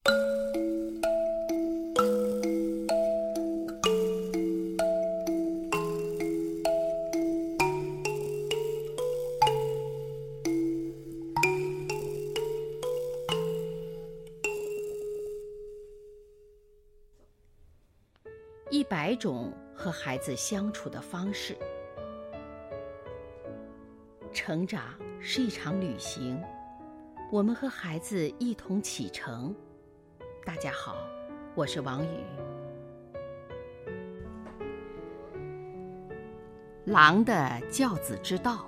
100种和孩子相处的方式。成长是一场旅行，我们和孩子一同启程。大家好，我是王宇。狼的教子之道。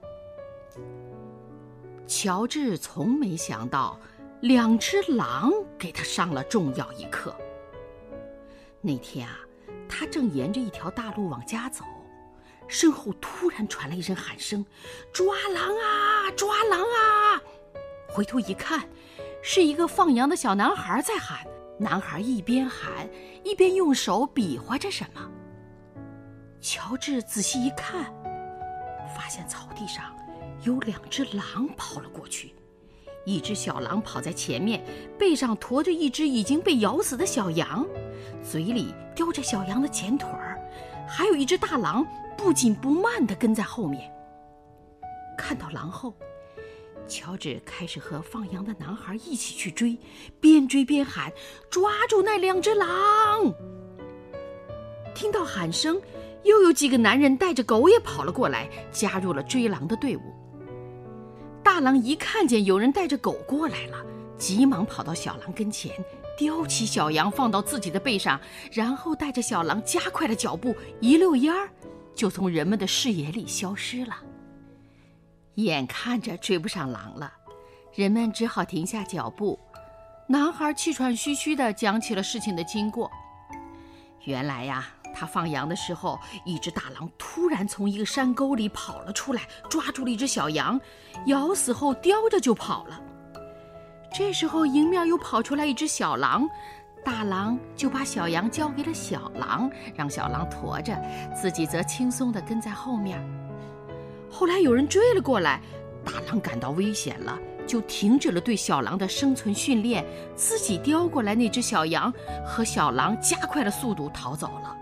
乔治从没想到2只狼给他上了重要一课。那天他正沿着一条大路往家走，身后突然传来一声喊声：“抓狼啊，抓狼啊！”回头一看，是一个放羊的小男孩在喊。男孩一边喊，一边用手比划着什么。乔治仔细一看，发现草地上有2只狼跑了过去。一只小狼跑在前面，背上驮着一只已经被咬死的小羊，嘴里叼着小羊的前腿儿，还有一只大狼不紧不慢地跟在后面。看到狼后，乔治开始和放羊的男孩一起去追，边追边喊：“抓住那2只狼！”听到喊声，又有几个男人带着狗也跑了过来，加入了追狼的队伍。大狼一看见有人带着狗过来了，急忙跑到小狼跟前，叼起小羊放到自己的背上，然后带着小狼加快了脚步，一溜烟儿就从人们的视野里消失了。眼看着追不上狼了，人们只好停下脚步。男孩气喘吁吁地讲起了事情的经过。原来他放羊的时候，一只大狼突然从一个山沟里跑了出来，抓住了一只小羊，咬死后叼着就跑了。这时候迎面又跑出来一只小狼，大狼就把小羊交给了小狼，让小狼驮着，自己则轻松地跟在后面。后来有人追了过来，大狼感到危险了，就停止了对小狼的生存训练，自己叼过来那只小羊，和小狼加快了速度逃走了。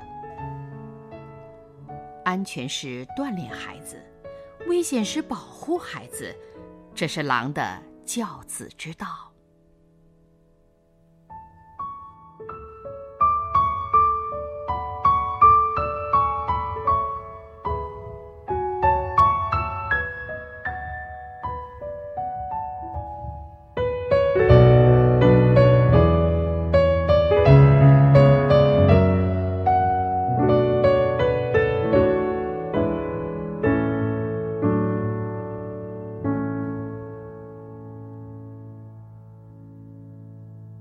安全时锻炼孩子，危险时保护孩子，这是狼的教子之道。